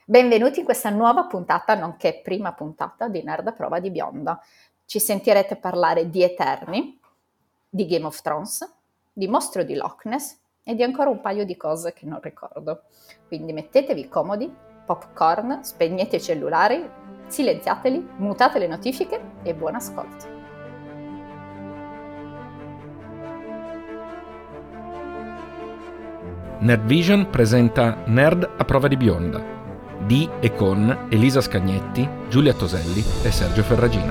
Benvenuti in questa nuova puntata, nonché prima puntata di Nerd a prova di bionda. Ci sentirete parlare di Eterni, di Game of Thrones, di Mostro di Loch Ness e di ancora un paio di cose che non ricordo. Quindi mettetevi comodi, popcorn, spegnete i cellulari, silenziateli, mutate le notifiche e buon ascolto. Nerdvision presenta Nerd a prova di bionda di e con Elisa Scagnetti, Giulia Toselli e Sergio Ferragina.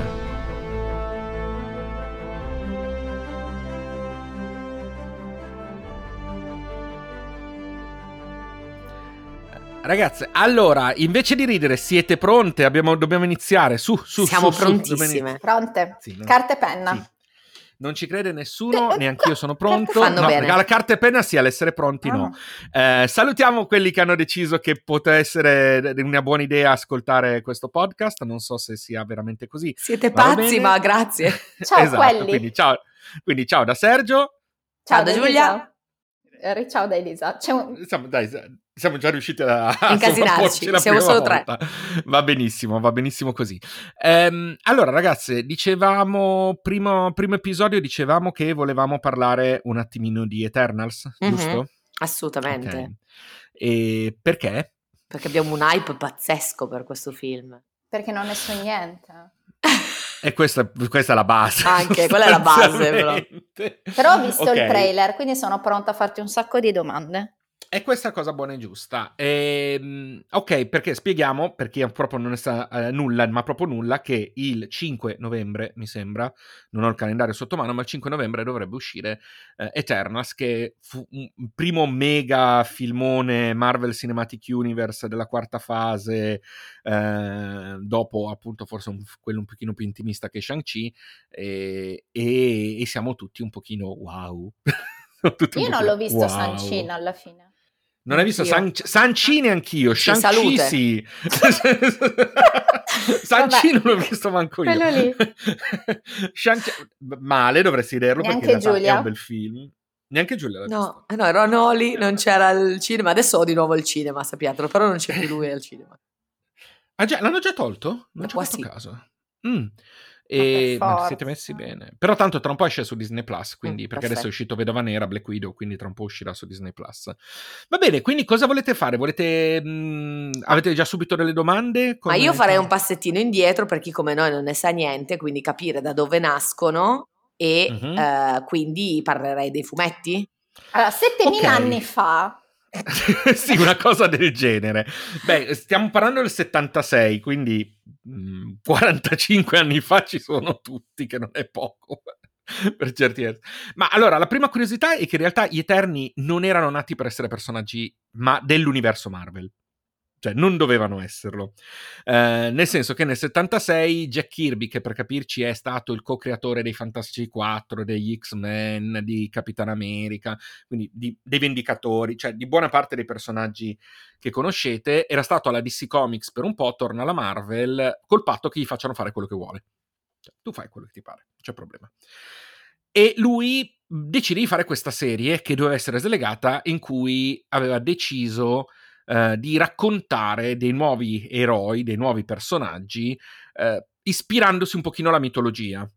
Ragazze, allora, invece di ridere, siete pronte? Dobbiamo iniziare. Siamo prontissime. Pronte? Sì, no? Carta e penna. Sì. Non ci crede nessuno, neanch'io sono pronto. Fanno bene. La carta e penna sì, all'essere pronti no. Salutiamo quelli che hanno deciso che poteva essere una buona idea ascoltare questo podcast. Non so se sia veramente così. Siete pazzi, ma grazie. Ciao, esatto, quelli. quindi ciao da Sergio. Ciao da Giulia. Ciao da Elisa. Siamo già riusciti a incasinarci, la siamo prima solo volta. tre. Va benissimo così. Allora ragazze, dicevamo, primo episodio dicevamo che volevamo parlare un attimino di Eternals, giusto? Assolutamente. Okay. E perché? Perché abbiamo un hype pazzesco per questo film. Perché non ne so niente. E questa è la base. Anche, quella è la base, Però ho visto il trailer, quindi sono pronta a farti un sacco di domande. E questa cosa buona e giusta. Ok, perché spieghiamo, per chi proprio non ne sa nulla, ma proprio nulla, che il 5 novembre, mi sembra, non ho il calendario sotto mano, ma il 5 novembre dovrebbe uscire Eternals, che fu un primo mega filmone Marvel Cinematic Universe della quarta fase, dopo appunto forse quello un pochino più intimista che Shang-Chi, e siamo tutti un pochino wow. Io non l'ho visto Shang-Chi alla fine. Non hai visto Shang-Chi neanch'io, Shang-Chi sì. Shang-Chi non l'ho visto manco io. Quello lì. Male, dovresti vederlo neanche perché Giulia. È un bel film. Neanche Giulia l'ha visto. No, ero a Noli, non c'era il cinema. Adesso ho di nuovo il cinema, sappiatelo, però non c'è più lui al cinema. L'hanno già tolto? Non ci ho fatto caso. Ma siete messi bene. Però tanto tra un po' esce su Disney Plus, quindi perché perfetto. adesso è uscito Vedova Nera, Black Widow, quindi tra un po' uscirà su Disney Plus. Va bene, quindi cosa volete fare? Avete già subito delle domande? Ma io farei un passettino indietro per chi come noi non ne sa niente, quindi capire da dove nascono e quindi parlerei dei fumetti. Allora, 7000 anni fa. Sì, una cosa del genere. Beh, stiamo parlando del 76, quindi 45 anni fa ci sono tutti, che non è poco per certi versi. Ma allora, la prima curiosità è che in realtà gli Eterni non erano nati per essere personaggi ma dell'universo Marvel. Cioè, non dovevano esserlo. Nel senso che nel 76 Jack Kirby, che per capirci è stato il co-creatore dei Fantastici 4, degli X-Men, di Capitan America, quindi dei Vendicatori, cioè di buona parte dei personaggi che conoscete, era stato alla DC Comics per un po', torna alla Marvel, col patto che gli facciano fare quello che vuole. Cioè, tu fai quello che ti pare, non c'è problema. E lui decide di fare questa serie che doveva essere slegata, in cui aveva deciso di raccontare dei nuovi eroi, dei nuovi personaggi, ispirandosi un pochino alla mitologia,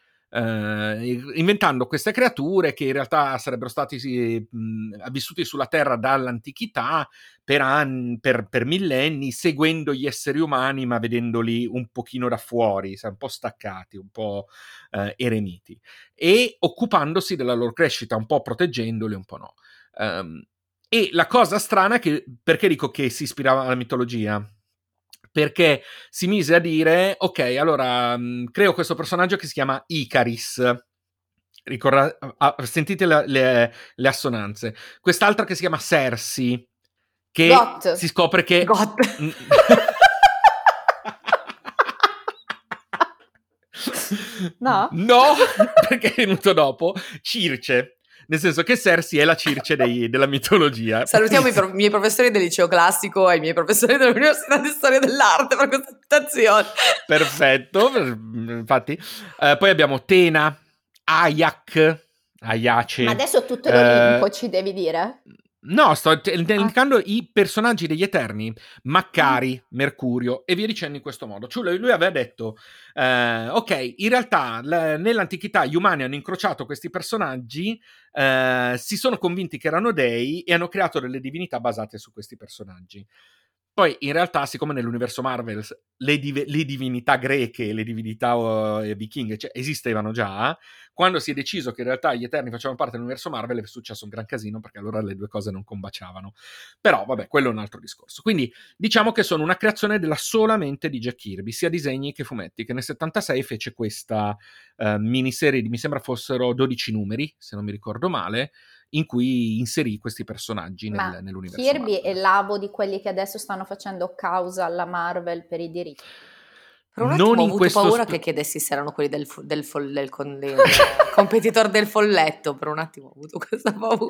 inventando queste creature che in realtà sarebbero stati vissuti sulla Terra dall'antichità per millenni, seguendo gli esseri umani ma vedendoli un pochino da fuori, un po' staccati, un po' eremiti, e occupandosi della loro crescita, un po' proteggendoli, un po' no. E la cosa strana è che, perché dico che si ispirava alla mitologia? Perché si mise a dire, ok, allora creo questo personaggio che si chiama Icaris. Sentite le assonanze. Quest'altra che si chiama Cersei, che Got. si scopre che... No? No, perché è venuto dopo. Circe. Nel senso che Cersei è la Circe della mitologia. Salutiamo i miei professori del liceo classico e i miei professori dell'Università di Storia dell'Arte per questa citazione. Perfetto, infatti. Poi abbiamo Tena, Aiace. Ma adesso tutto l'Olimpo ci devi dire? No, sto elencando i personaggi degli Eterni, Maccari, Mercurio e via dicendo in questo modo. Cioè lui aveva detto, ok, in realtà nell'antichità gli umani hanno incrociato questi personaggi, si sono convinti che erano dei e hanno creato delle divinità basate su questi personaggi. Poi in realtà, siccome nell'universo Marvel le divinità greche, le divinità vichinghe esistevano già, quando si è deciso che in realtà gli Eterni facevano parte dell'universo Marvel è successo un gran casino, perché allora le due cose non combaciavano. Però vabbè, quello è un altro discorso. Quindi diciamo che sono una creazione solamente di Jack Kirby, sia disegni che fumetti, che nel 76 fece questa miniserie mi sembra fossero 12 numeri, se non mi ricordo male, in cui inserì questi personaggi nell'universo Kirby Marvel. è l'avo di quelli che adesso stanno facendo causa alla Marvel per i diritti. Per un attimo ho avuto paura che chiedessi se erano quelli del competitor del folletto, per un attimo ho avuto questa paura.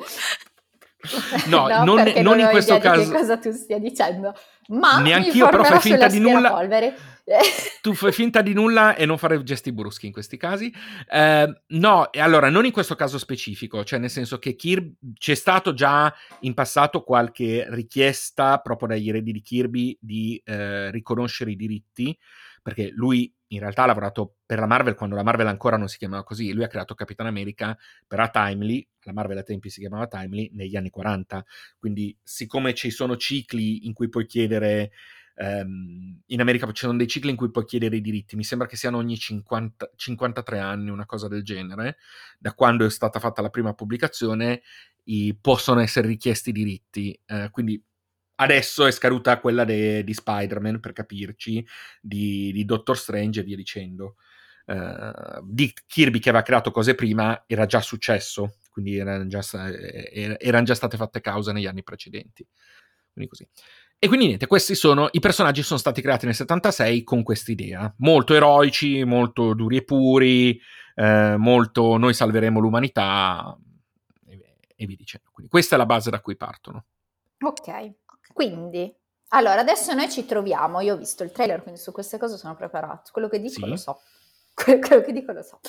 No, non in questo caso. Che cosa tu stia dicendo, ma neanch'io, però fai finta di nulla. Tu fai finta di nulla e non fare gesti bruschi in questi casi. No, e allora non in questo caso specifico, cioè nel senso che c'è stato già in passato qualche richiesta proprio dagli eredi di Kirby di riconoscere i diritti, perché lui in realtà ha lavorato per la Marvel quando la Marvel ancora non si chiamava così. Lui ha creato Capitan America per la Timely, la Marvel a tempi si chiamava Timely, negli anni 40, quindi siccome ci sono cicli in cui puoi chiedere, in America ci sono dei cicli in cui puoi chiedere i diritti, mi sembra che siano ogni 53 anni, una cosa del genere, da quando è stata fatta la prima pubblicazione possono essere richiesti i diritti, quindi adesso è scaduta quella di Spider-Man, per capirci, di Doctor Strange e via dicendo. Di Kirby, che aveva creato cose prima, era già successo, quindi erano già state fatte cause negli anni precedenti. Quindi così. E quindi niente, i personaggi sono stati creati nel 76 con quest'idea. Molto eroici, molto duri e puri, molto noi salveremo l'umanità e via dicendo. Quindi questa è la base da cui partono. Ok, quindi allora adesso noi ci troviamo, io ho visto il trailer, quindi su queste cose sono preparato, quello che dico lo so. Quello che dico lo so.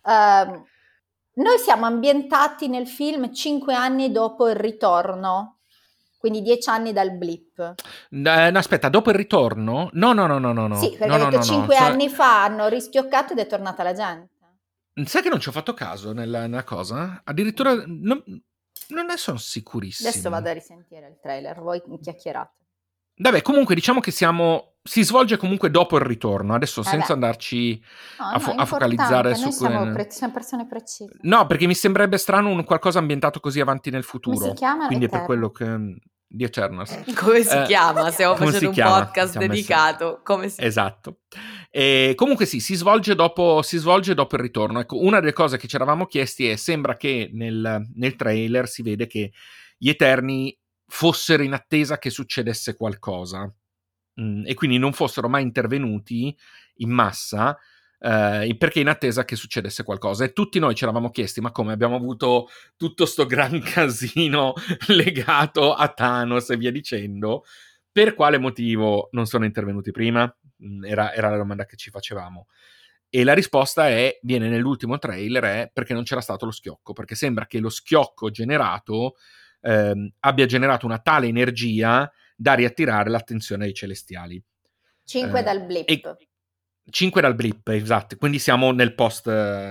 Noi siamo ambientati nel film 5 anni dopo il ritorno, quindi 10 anni dal blip. No, aspetta, dopo il ritorno? No. Sì, perché ho detto 5 anni fa hanno rischioccato ed è tornata la gente. Sai che non ci ho fatto caso nella cosa? Addirittura non ne sono sicurissimo. Adesso vado a risentire il trailer, voi chiacchierate. Vabbè, comunque diciamo che si svolge comunque dopo il ritorno, adesso senza andarci a focalizzare su siamo persone precise. No, perché mi sembrerebbe strano un qualcosa ambientato così avanti nel futuro. Come si chiama? Quindi è per quello che di Eternals. Come si chiama? Stiamo facendo un podcast dedicato. Come si Esatto. E comunque sì, si svolge dopo il ritorno. Ecco, una delle cose che ci eravamo chiesti è: sembra che nel trailer si vede che gli Eterni fossero in attesa che succedesse qualcosa, e quindi non fossero mai intervenuti in massa, perché in attesa che succedesse qualcosa. E tutti noi ci eravamo chiesti: ma come abbiamo avuto tutto sto gran casino legato a Thanos e via dicendo, per quale motivo non sono intervenuti prima? Era la domanda che ci facevamo. E la risposta viene nell'ultimo trailer, è perché non c'era stato lo schiocco, perché sembra che lo schiocco generato abbia generato una tale energia da riattirare l'attenzione dei celestiali. 5 dal blip. 5 dal blip, esatto. Quindi siamo nel post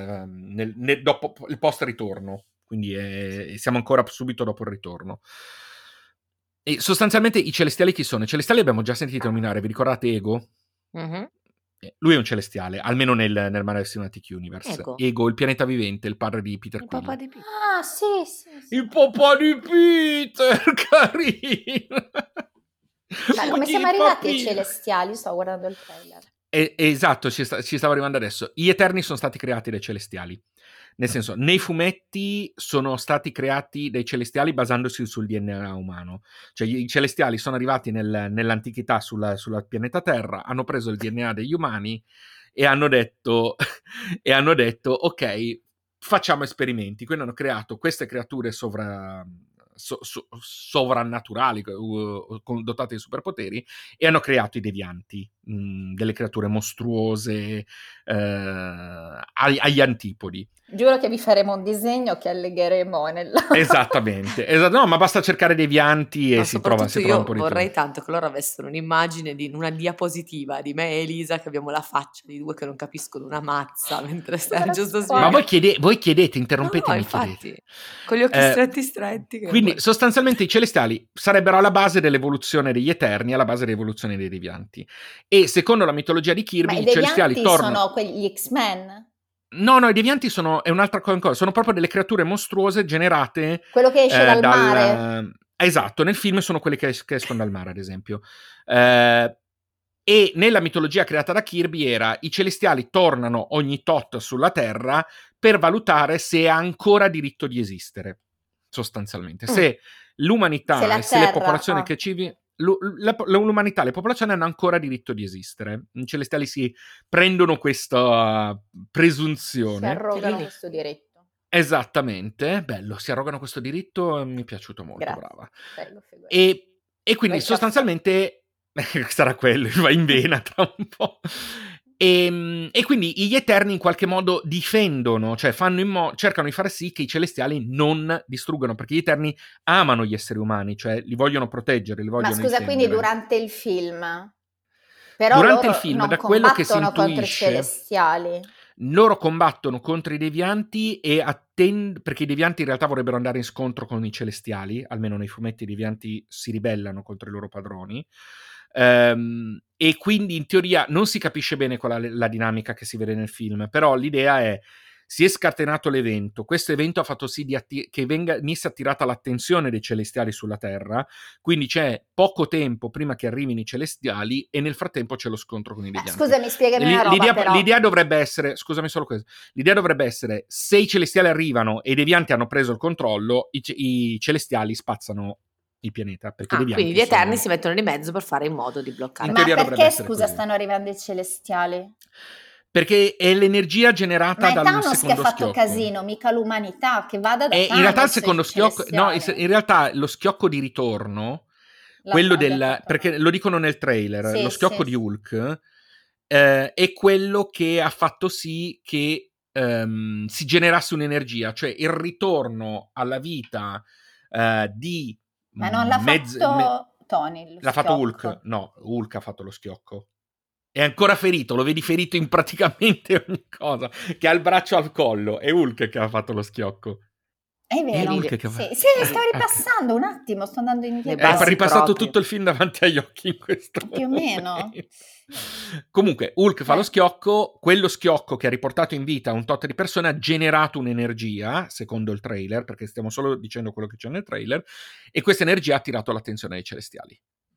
dopo il post ritorno, quindi siamo ancora subito dopo il ritorno. E sostanzialmente i celestiali chi sono? I celestiali abbiamo già sentito nominare, vi ricordate Ego? Mm-hmm. Lui è un celestiale, almeno nel Marvel Cinematic Universe. Ego, il pianeta vivente, il padre di Peter Quill. Papà di Peter. Ah, sì. Il papà di Peter, carino! Ma come siamo arrivati ai celestiali? Sto guardando il trailer. Esatto, ci stavo arrivando adesso. Gli Eterni sono stati creati dai celestiali. Nel senso, nei fumetti sono stati creati dai celestiali basandosi sul DNA umano. Cioè, i celestiali sono arrivati nell'antichità sulla pianeta Terra, hanno preso il DNA degli umani e hanno detto ok, facciamo esperimenti. Quindi hanno creato queste creature sovrannaturali, dotate di superpoteri, e hanno creato i devianti. delle creature mostruose agli antipodi. Giuro che vi faremo un disegno che allegheremo nella... Esattamente. No, ma basta cercare devianti e Ma si trova soprattutto un io po' di vorrei tutto. tanto che loro avessero un'immagine di una diapositiva di me e Elisa che abbiamo la faccia di due che non capiscono una mazza mentre Sergio sta Ma spiegando. voi chiedete, interrompete, No, mi infatti, chiedete. con gli occhi stretti che Quindi guarda. sostanzialmente i celestiali sarebbero alla base dell'evoluzione degli Eterni, alla base dell'evoluzione dei Devianti. E secondo la mitologia di Ma Kirby, i i celestiali devianti tornano... sono quegli X-Men? No, i Devianti è un'altra cosa, sono proprio delle creature mostruose generate Quello che esce dal mare? Esatto, nel film sono quelli che escono dal mare, ad esempio. E nella mitologia creata da Kirby era i celestiali tornano ogni tot sulla Terra per valutare se ha ancora diritto di esistere, sostanzialmente. Se l'umanità se le popolazioni che ci l'umanità, le popolazioni hanno ancora diritto di esistere. I celestiali si prendono questa presunzione. Si arrogano questo diritto. Esattamente, bello, si arrogano questo diritto, mi è piaciuto molto. Grazie. Brava. Bello, e quindi sostanzialmente sarà quello, va in vena tra un po'. E quindi gli Eterni in qualche modo difendono, cioè cercano di far sì che i celestiali non distruggano, perché gli Eterni amano gli esseri umani, cioè li vogliono proteggere, li vogliono Ma scusa, difendere. quindi durante il film? Però Durante loro il film, non da quello che si combattono contro i intuisce, celestiali. loro combattono contro i devianti perché i devianti in realtà vorrebbero andare in scontro con i celestiali, almeno nei fumetti i devianti si ribellano contro i loro padroni. E quindi in teoria non si capisce bene qual è la dinamica che si vede nel film, però l'idea è: si è scatenato l'evento, questo evento ha fatto sì che venisse attirata l'attenzione dei celestiali sulla Terra, quindi c'è poco tempo prima che arrivino i celestiali e nel frattempo c'è lo scontro con i devianti. Scusami, spiegami una roba però. L'idea dovrebbe essere, scusami solo questo, l'idea dovrebbe essere: se i celestiali arrivano e i devianti hanno preso il controllo, i celestiali spazzano il pianeta, perché quindi gli Eterni si mettono di mezzo per fare in modo di bloccare. Ma perché, scusa, stanno arrivando i celestiali? Perché è l'energia generata dal secondo schiocco. Ma è Thanos che ha fatto casino, mica l'umanità, che vada da Thanos. In realtà il secondo schiocco, no, in realtà lo schiocco di ritorno, quello perché lo dicono nel trailer, lo schiocco di Hulk è quello che ha fatto sì che si generasse un'energia, cioè il ritorno alla vita di... Ma non l'ha fatto Tony, l'ha fatto Hulk? No, Hulk ha fatto lo schiocco. È ancora ferito, lo vedi ferito in praticamente ogni cosa, che ha il braccio al collo, è Hulk che ha fatto lo schiocco. È vero, sto ripassando un attimo, sto andando indietro. Hai ripassato tutto il film davanti agli occhi in questo momento. Più o meno. Comunque, Hulk fa lo schiocco, quello schiocco che ha riportato in vita un tot di persone ha generato un'energia, secondo il trailer, perché stiamo solo dicendo quello che c'è nel trailer, e questa energia ha attirato l'attenzione dei celestiali.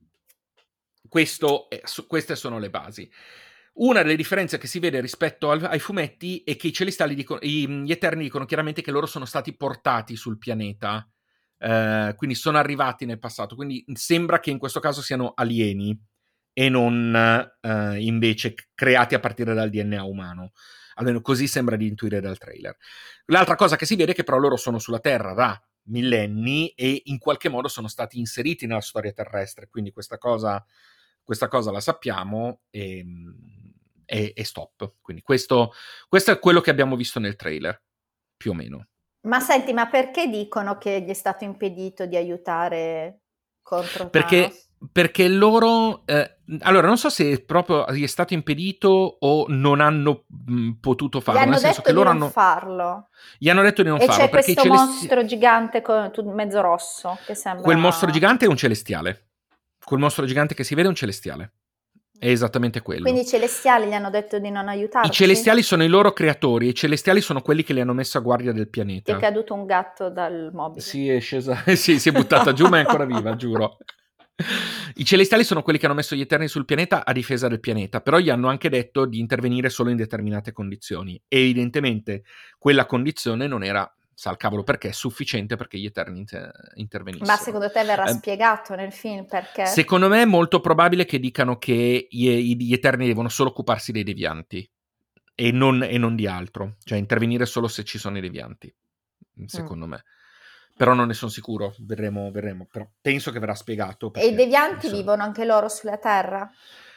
Queste sono le basi. Una delle differenze che si vede rispetto ai fumetti è che i celestiali gli Eterni dicono chiaramente che loro sono stati portati sul pianeta, quindi sono arrivati nel passato, quindi sembra che in questo caso siano alieni e non invece creati a partire dal DNA umano. Almeno così sembra di intuire dal trailer. L'altra cosa che si vede è che però loro sono sulla Terra da millenni e in qualche modo sono stati inseriti nella storia terrestre, quindi questa cosa la sappiamo e stop. Quindi questo è quello che abbiamo visto nel trailer, più o meno. Ma senti, ma perché dicono che gli è stato impedito di aiutare contro Thanos? Perché loro... allora, non so se proprio gli è stato impedito o non hanno potuto farlo. Gli hanno nel senso detto che loro di non farlo. Gli hanno detto di non farlo. E c'è questo mostro gigante mezzo rosso che sembra... Quel mostro gigante è un celestiale. Quel mostro gigante che si vede è un celestiale. È esattamente quello. Quindi i celestiali gli hanno detto di non aiutarci? I celestiali sono i loro creatori, i celestiali sono quelli che li hanno messo a guardia del pianeta. Ti è caduto un gatto dal mobile. Sì, è scesa, sì, si è buttata giù, ma è ancora viva, giuro. I celestiali sono quelli che hanno messo gli Eterni sul pianeta a difesa del pianeta, però gli hanno anche detto di intervenire solo in determinate condizioni. E evidentemente quella condizione non era, sa il cavolo perché, sufficiente perché gli Eterni intervenissero. Ma secondo te verrà spiegato nel film perché? Secondo me è molto probabile che dicano che gli Eterni devono solo occuparsi dei devianti e non di altro, cioè intervenire solo se ci sono i devianti, secondo me. Però non ne sono sicuro, vedremo, però penso che verrà spiegato. E i devianti vivono anche loro sulla Terra?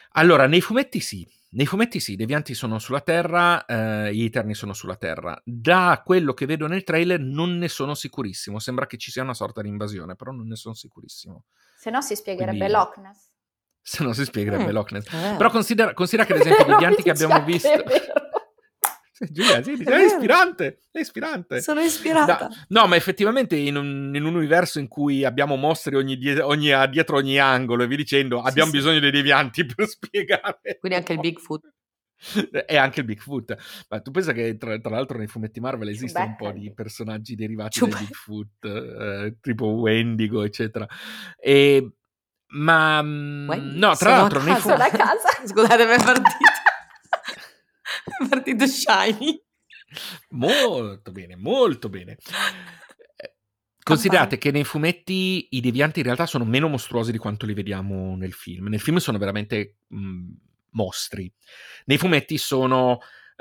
Allora, nei fumetti sì. Nei fumetti sì, i devianti sono sulla Terra, gli Eterni sono sulla Terra. Da quello che vedo nel trailer non ne sono sicurissimo. Sembra che ci sia una sorta di invasione, però non ne sono sicurissimo. Se no si spiegherebbe Quindi, Loch Ness. se no si spiegherebbe Loch Ness. è vero. Però considera che ad esempio i No, devianti che dici abbiamo anche visto... è vero. Giulia, sì, È è vero. ispirante, è ispirante. Sono ispirata. No, ma effettivamente in un universo in cui abbiamo mostri dietro ogni angolo e via dicendo, abbiamo sì. bisogno dei devianti per spiegare. Quindi anche il Bigfoot. E anche il Bigfoot. Ma tu pensa che tra l'altro nei fumetti Marvel esiste un po' Chewbacca. di personaggi derivati Chewbacca. dai Bigfoot, tipo Wendigo, eccetera. Ma no, tra sono l'altro a Sono a casa. Scusate, mi è partito Shiny. Molto bene, molto bene. Considerate che nei fumetti i devianti in realtà sono meno mostruosi di quanto li vediamo nel film. Nel film sono veramente mostri. Nei fumetti sono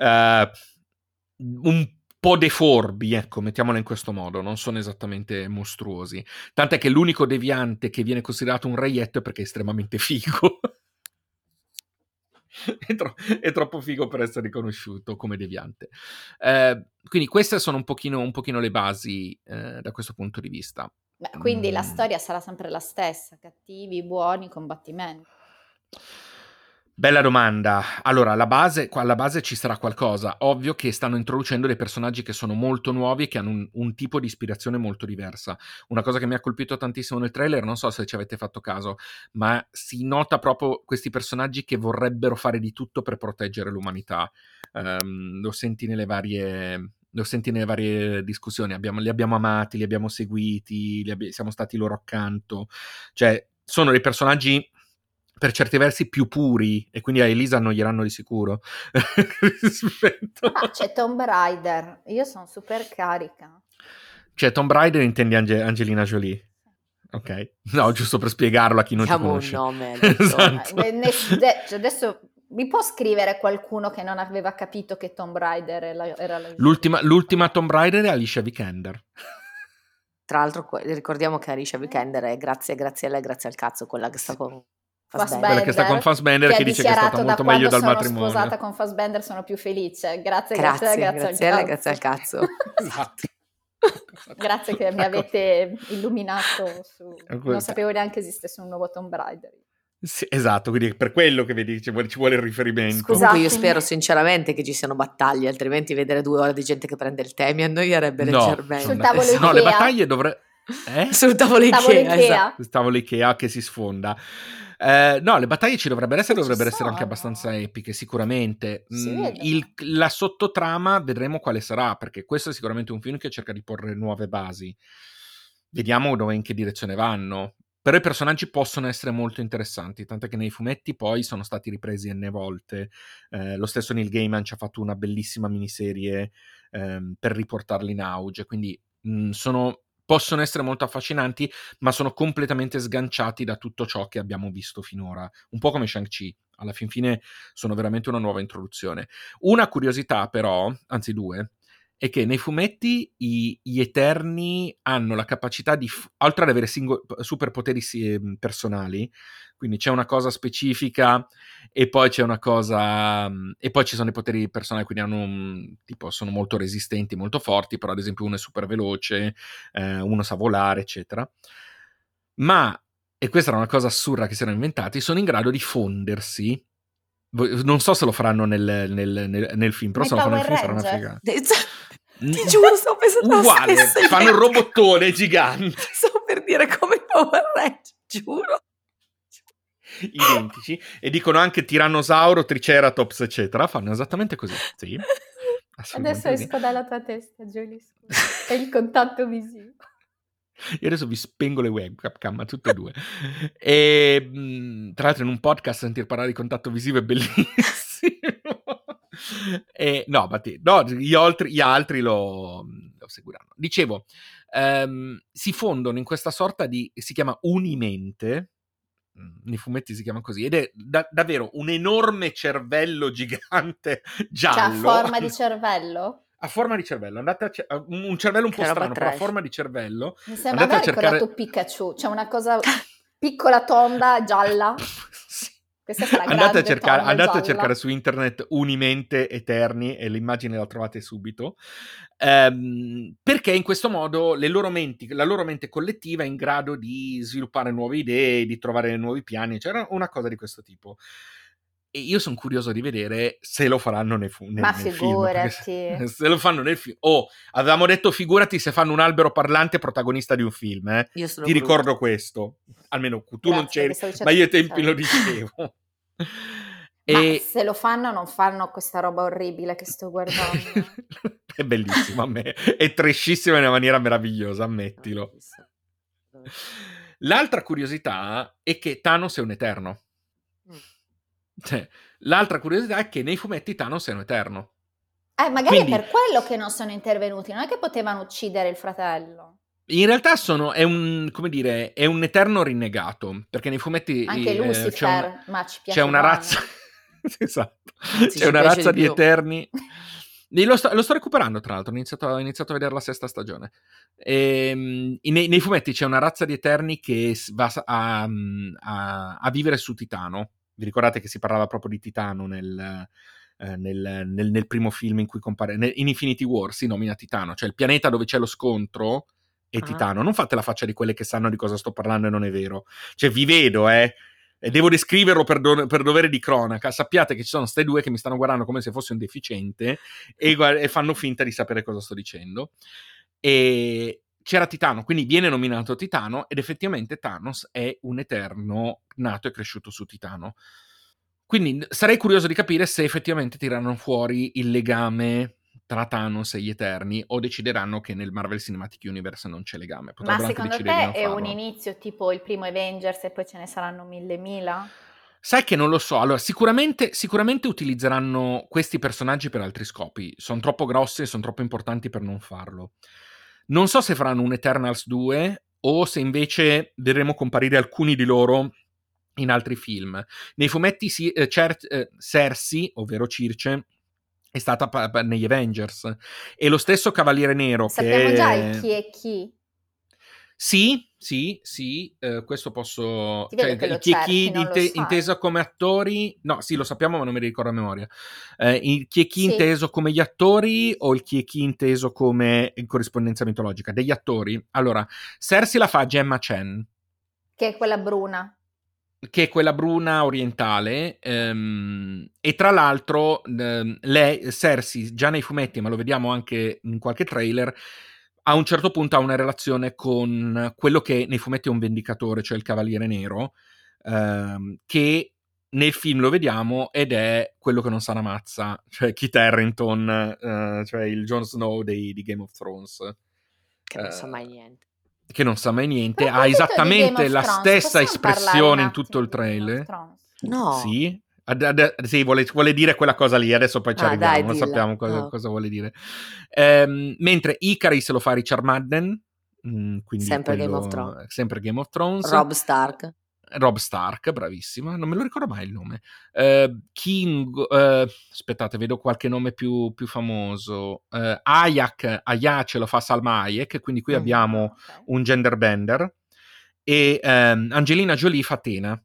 un po' deforbi, ecco, mettiamola in questo modo, non sono esattamente mostruosi. Tant'è che l'unico deviante che viene considerato un reietto è perché è estremamente figo. È troppo figo per essere riconosciuto come deviante. Quindi queste sono un pochino le basi da questo punto di vista. Beh, quindi la storia sarà sempre la stessa, cattivi, buoni, combattimenti. Bella domanda. Allora, alla base ci sarà qualcosa. Ovvio che stanno introducendo dei personaggi che sono molto nuovi e che hanno un tipo di ispirazione molto diversa. Una cosa che mi ha colpito tantissimo nel trailer, non so se ci avete fatto caso, ma si nota proprio questi personaggi che vorrebbero fare di tutto per proteggere l'umanità. Lo senti nelle varie discussioni. Li abbiamo amati, li abbiamo seguiti, siamo stati loro accanto. Cioè, sono dei personaggi per certi versi più puri, e quindi a Elisa annoieranno di sicuro. C'è Tomb Raider, io sono super carica. Cioè, Tomb Raider intendi Angelina Jolie? Ok, no, giusto per spiegarlo a chi non ti conosce. Un nome esatto. Adesso mi può scrivere qualcuno che non aveva capito che Tomb Raider era la l'ultima Tomb Raider è Alicia Vikander. Tra l'altro ricordiamo che Alicia Vikander è grazie a lei, grazie al cazzo, quella che sta con quella che sta con Fassbender, che dice che è stata molto meglio dal matrimonio. Sono sposata con Fassbender, sono più felice. Grazie al cazzo. Esatto. Grazie che mi avete illuminato non sapevo neanche esistesse un nuovo Tomb Raider. Sì, esatto, quindi è per quello che vedi ci vuole il riferimento. Comunque io spero sinceramente che ci siano battaglie, altrimenti vedere 2 ore di gente che prende il tè mi annoierebbe leggermente. Sul tavolo Ikea. No, le battaglie sul tavolo Ikea. Esatto. Sul tavolo Ikea che si sfonda. No, le battaglie ci dovrebbero essere anche abbastanza epiche, sicuramente. La sottotrama vedremo quale sarà, perché questo è sicuramente un film che cerca di porre nuove basi. Vediamo in che direzione vanno. Però i personaggi possono essere molto interessanti, tanto che nei fumetti poi sono stati ripresi n volte. Lo stesso Neil Gaiman ci ha fatto una bellissima miniserie per riportarli in auge, quindi possono essere molto affascinanti, ma sono completamente sganciati da tutto ciò che abbiamo visto finora. Un po' come Shang-Chi, alla fin fine sono veramente una nuova introduzione. Una curiosità però, anzi 2, è che nei fumetti gli Eterni hanno la capacità di, oltre ad avere superpoteri personali, quindi c'è una cosa specifica e poi c'è una cosa, e poi ci sono i poteri personali, quindi sono molto resistenti, molto forti, però ad esempio uno è super veloce, uno sa volare, eccetera. Ma, e questa era una cosa assurda che si erano inventati, sono in grado di fondersi. Non so se lo faranno nel film, però se lo fanno nel film sarà una figata. Ti giuro, sto pensando uguale, fanno un robottone gigante. Sto per dire come Power Rangers, giuro. Identici, e dicono anche tirannosauro, triceratops, eccetera. Fanno esattamente così. Sì. Adesso esco dalla tua testa, Giulia. È il contatto visivo. Io adesso vi spengo le webcam, ma tutte e due. E tra l'altro in un podcast sentire parlare di contatto visivo è bellissimo. Gli altri lo seguiranno. Dicevo, si fondono in questa sorta di, si chiama unimente, nei fumetti si chiama così, ed è davvero un enorme cervello gigante giallo. Che ha forma di cervello? A forma di cervello, andate un cervello un po' strano, però a forma di cervello. Mi sembra aver ricordato Pikachu, c'è una cosa piccola, tonda, gialla. Sì. Questa sarà Andate grande, a cercare su internet Unimente Eterni e l'immagine la trovate subito. Perché in questo modo la loro mente collettiva è in grado di sviluppare nuove idee, di trovare nuovi piani. C'era una cosa di questo tipo. E io sono curioso di vedere se lo faranno nel Ma film. figurati. Se lo fanno nel film. Avevamo detto figurati se fanno un albero parlante protagonista di un film. Io sono Ti brutta. ricordo questo. Almeno tu non Grazie, c'eri, ma io ai tempi lo dicevo. Ma se lo fanno, non fanno questa roba orribile che sto guardando. È bellissimo a me. È trashissimo in una maniera meravigliosa, ammettilo. L'altra curiosità è che Thanos è un eterno. L'altra curiosità è che nei fumetti Thanos è un eterno. Magari Quindi, è per quello che non sono intervenuti, non è che potevano uccidere il fratello. In realtà è un eterno rinnegato, perché nei fumetti anche Lucifer, ma ci piace c'è una razza esatto, c'è una razza di eterni. Lo sto recuperando, tra l'altro, ho iniziato a vedere la 6ª stagione. Nei fumetti c'è una razza di eterni che va a vivere su Titano. Vi ricordate che si parlava proprio di Titano nel primo film in cui compare in Infinity War si nomina Titano, cioè il pianeta dove c'è lo scontro è Titano. Non fate la faccia di quelle che sanno di cosa sto parlando e non è vero, cioè vi vedo e devo descriverlo per dovere di cronaca. Sappiate che ci sono ste due che mi stanno guardando come se fossi un deficiente e fanno finta di sapere cosa sto dicendo. E c'era Titano, quindi viene nominato Titano ed effettivamente Thanos è un eterno nato e cresciuto su Titano. Quindi sarei curioso di capire se effettivamente tirano fuori il legame tra Thanos e gli Eterni o decideranno che nel Marvel Cinematic Universe non c'è legame. Ma secondo te è un inizio tipo il primo Avengers e poi ce ne saranno mille? Sai che non lo so. Allora, sicuramente utilizzeranno questi personaggi per altri scopi. Sono troppo grossi e sono troppo importanti per non farlo. Non so se faranno un Eternals 2 o se invece vedremo comparire alcuni di loro in altri film. Nei fumetti Cersei, ovvero Circe, è stata negli Avengers. E lo stesso Cavaliere Nero Sappiamo già il chi è chi? Sì, questo posso... Ti vedo che lo cerchi, non lo sai. Inteso come attori... No, sì, lo sappiamo, ma non me li ricordo a memoria. Il chi è chi inteso come gli attori o il chi è chi inteso come in corrispondenza mitologica? Degli attori? Allora, Cersei la fa Gemma Chen. Che è quella bruna. Che è quella bruna orientale, e tra l'altro Cersei già nei fumetti, ma lo vediamo anche in qualche trailer, a un certo punto ha una relazione con quello che nei fumetti è un vendicatore, cioè il Cavaliere Nero, che nel film lo vediamo ed è quello che non sa una mazza, cioè Kit Harington, cioè il Jon Snow di Game of Thrones. Che non sa mai niente. Che non sa mai niente, ha esattamente la stessa espressione in tutto il trailer. No. Sì, sì, vuole dire quella cosa lì, adesso poi ci arriviamo, non sappiamo cosa vuole dire. Mentre Ikaris se lo fa Richard Madden, quindi sempre Game of Thrones. Rob Stark, bravissima, non me lo ricordo mai il nome. Aspettate, vedo qualche nome più famoso. Aya ce lo fa Salma Hayek, quindi qui abbiamo un gender bender. E Angelina Jolie fa Tena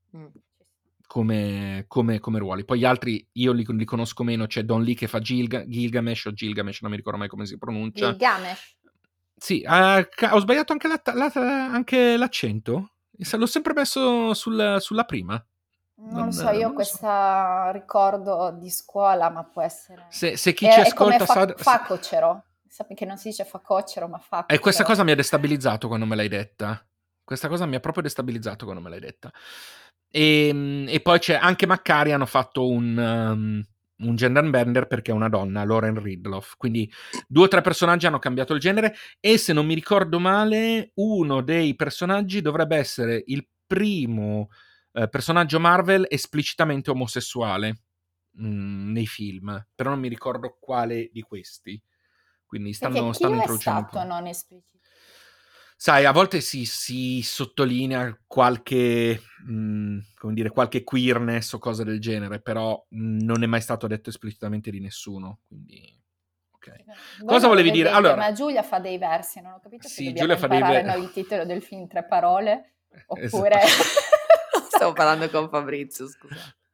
come ruoli. Poi gli altri io li conosco meno, c'è Don Lee che fa Gilgamesh, non mi ricordo mai come si pronuncia. Gilgamesh? Sì, ho sbagliato anche l'accento? L'ho sempre messo sulla prima. Non lo so, io questo ricordo di scuola, ma può essere... Se chi ci ascolta sa... Facocero. Sappi che non si dice facocero, ma facocero. E questa cosa mi ha destabilizzato quando me l'hai detta. Questa cosa mi ha proprio destabilizzato quando me l'hai detta. E poi c'è anche Maccari, hanno fatto un gender bender perché è una donna, Lauren Ridloff. Quindi 2 o 3 personaggi hanno cambiato il genere e se non mi ricordo male uno dei personaggi dovrebbe essere il primo personaggio Marvel esplicitamente omosessuale nei film, però non mi ricordo quale di questi. Quindi stanno introducendo un po'. Non esplicito? Sai, a volte si sottolinea qualche qualche queerness o cose del genere, però non è mai stato detto esplicitamente di nessuno, quindi ok. Cosa volevi dire? Allora, ma Giulia fa dei versi, non ho capito se sì, dobbiamo Giulia imparare noi il titolo del film 3 parole, oppure... Stavo parlando con Fabrizio, scusa.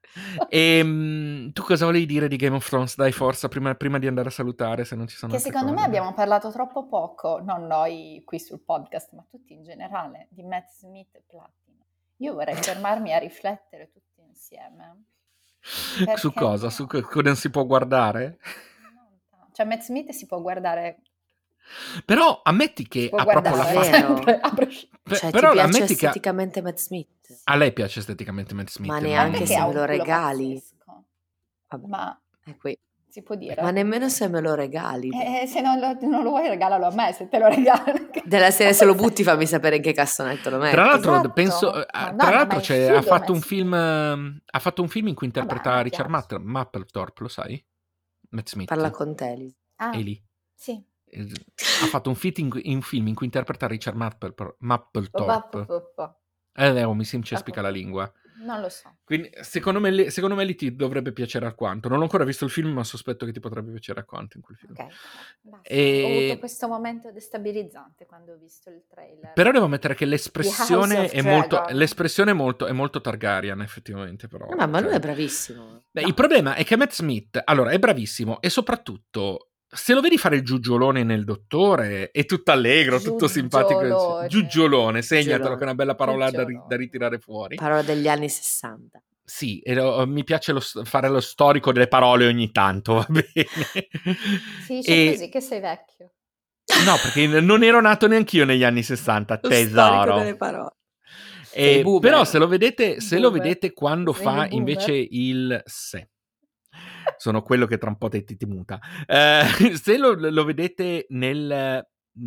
E tu cosa volevi dire di Game of Thrones? Dai, forza, prima di andare a salutare, se non ci sono Che altre secondo me cose. abbiamo parlato troppo poco, non noi qui sul podcast, ma tutti in generale, di Matt Smith e Platinum. Io vorrei fermarmi a riflettere tutti insieme. Su cosa? No? Su cosa non si può guardare? Cioè Matt Smith si può guardare... Però ammetti che può ha proprio la guardare, faccia. Cioè, Però ti piace ammetti che esteticamente Matt Smith? a lei piace esteticamente Matt Smith. Ma non- neanche perché se ha me un lo culo regali. pazzesco. Vabbè, Ma è qui. si può dire. Ma nemmeno se me lo regali. Se non lo vuoi regalalo a me, se te lo regalo. Della serie se lo butti fammi sapere in che cassonetto lo metti. Tra l'altro, Esatto. penso, Madonna, tra l'altro ma è ha figo fatto un Matt film, ha fatto un film in cui interpreta mi Richard piace. Mapplethorpe, lo sai? Matt Smith. Parla con te, Lisa. Ah, È lì. sì. Ha fatto un film in cui interpreta Richard Mapplethorpe. Mi si incespica la lingua. Non lo so. Quindi secondo me lì ti dovrebbe piacere alquanto. Non ho ancora visto il film, ma sospetto che ti potrebbe piacere alquanto in quel film. Ok, basta. E- Ho avuto questo momento destabilizzante quando ho visto il trailer. Però devo ammettere che The l'espressione House of è molto, Dragon. l'espressione è molto Targaryen, effettivamente. Però, Ma lui cioè- è bravissimo. Beh, No. il problema è che Matt Smith, allora, è bravissimo e soprattutto, se lo vedi fare il giugiolone nel Dottore, è tutto allegro, tutto simpatico. Giugiolone. Giugiolone, segnatelo Giugiolone. che è una bella parola Giugiolone. da ritirare fuori. Parola degli anni 60. Sì, e mi piace fare lo storico delle parole ogni tanto, va bene? Si dice E- così che sei vecchio. No, perché non ero nato neanch'io negli anni 60, Lo storico tesoro. delle parole. Sei boomer. Però se lo vedete Boomer. quando Sei fa boomer. invece il se. Sono quello che tra un po' ti muta. Se lo vedete in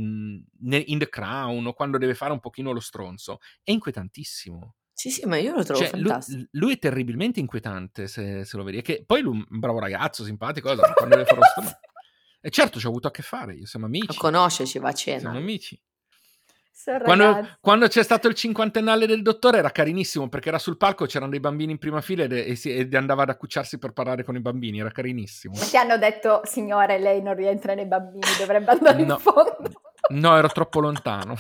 The Crown o quando deve fare un pochino lo stronzo, è inquietantissimo. Sì, ma io lo trovo Cioè, fantastico. lui è terribilmente inquietante se lo vedi. E che poi lui è un bravo ragazzo, simpatico, quando deve fare lo stronzo. E certo, ci ho avuto a che fare, io siamo Lo amici. conosce, ci va a cena. Siamo amici. Sono ragazzi. Quando c'è stato il cinquantennale del Dottore era carinissimo perché era sul palco, c'erano dei bambini in prima fila ed andava ad accucciarsi per parlare con i bambini, era carinissimo. Ma ti hanno detto, signore, lei non rientra nei bambini, dovrebbe andare No. in fondo. No, ero troppo lontano.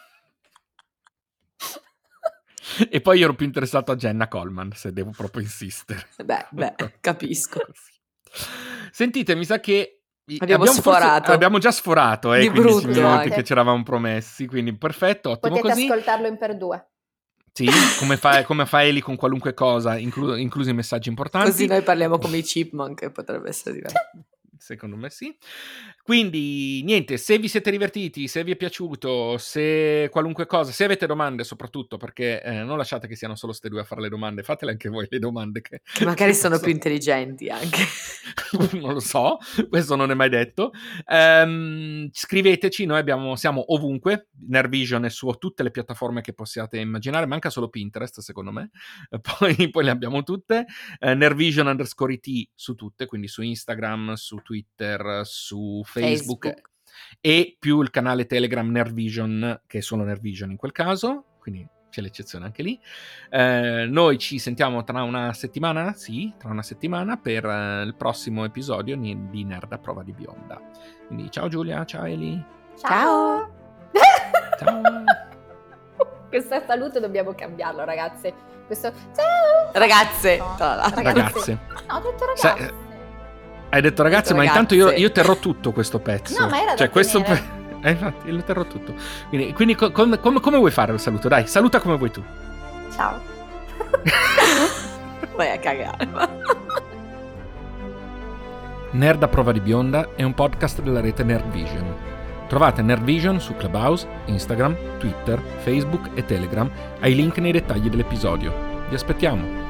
E poi ero più interessato a Jenna Coleman, se devo proprio insistere. Beh, capisco. Sentite, mi sa che Abbiamo sforato. abbiamo già sforato, Di 15 brutto, minuti anche. che ci eravamo promessi, quindi perfetto, ottimo Potete così. ascoltarlo in per due. Sì, come fa Eli con qualunque cosa, inclusi i messaggi importanti. Così noi parliamo come i chipmunk, potrebbe essere diverso. Secondo me sì. Quindi niente, se vi siete divertiti, se vi è piaciuto, se qualunque cosa, se avete domande soprattutto, perché non lasciate che siano solo ste due a fare le domande, fatele anche voi le domande che Magari che sono posso- più intelligenti anche. Non lo so, questo non è mai detto. Scriveteci, noi siamo ovunque, Nervision è su tutte le piattaforme che possiate immaginare, manca solo Pinterest secondo me, poi le abbiamo tutte, Nervision_it su tutte, quindi su Instagram, su Twitter, su Facebook. E più il canale Telegram Nervision, che è solo Nervision in quel caso, quindi c'è l'eccezione anche lì. Noi ci sentiamo tra una settimana, per il prossimo episodio di Nerd a prova di bionda. Quindi ciao Giulia, ciao Eli. Ciao. Ciao. Questo saluto dobbiamo cambiarlo, ragazze. Questo ciao. Ragazze. No, Ragazze. No, ho detto Sai- ragazze. Hai detto ragazzi, Detto ma ragazze. intanto io terrò tutto questo pezzo. No, ma era da cioè, questo tenere. infatti, lo terrò tutto. Quindi come vuoi fare il saluto? Dai, saluta come vuoi tu. Ciao. Vai a cagare. Nerd a prova di bionda è un podcast della rete Nerdvision. Trovate Nerdvision su Clubhouse, Instagram, Twitter, Facebook e Telegram ai link nei dettagli dell'episodio. Vi aspettiamo!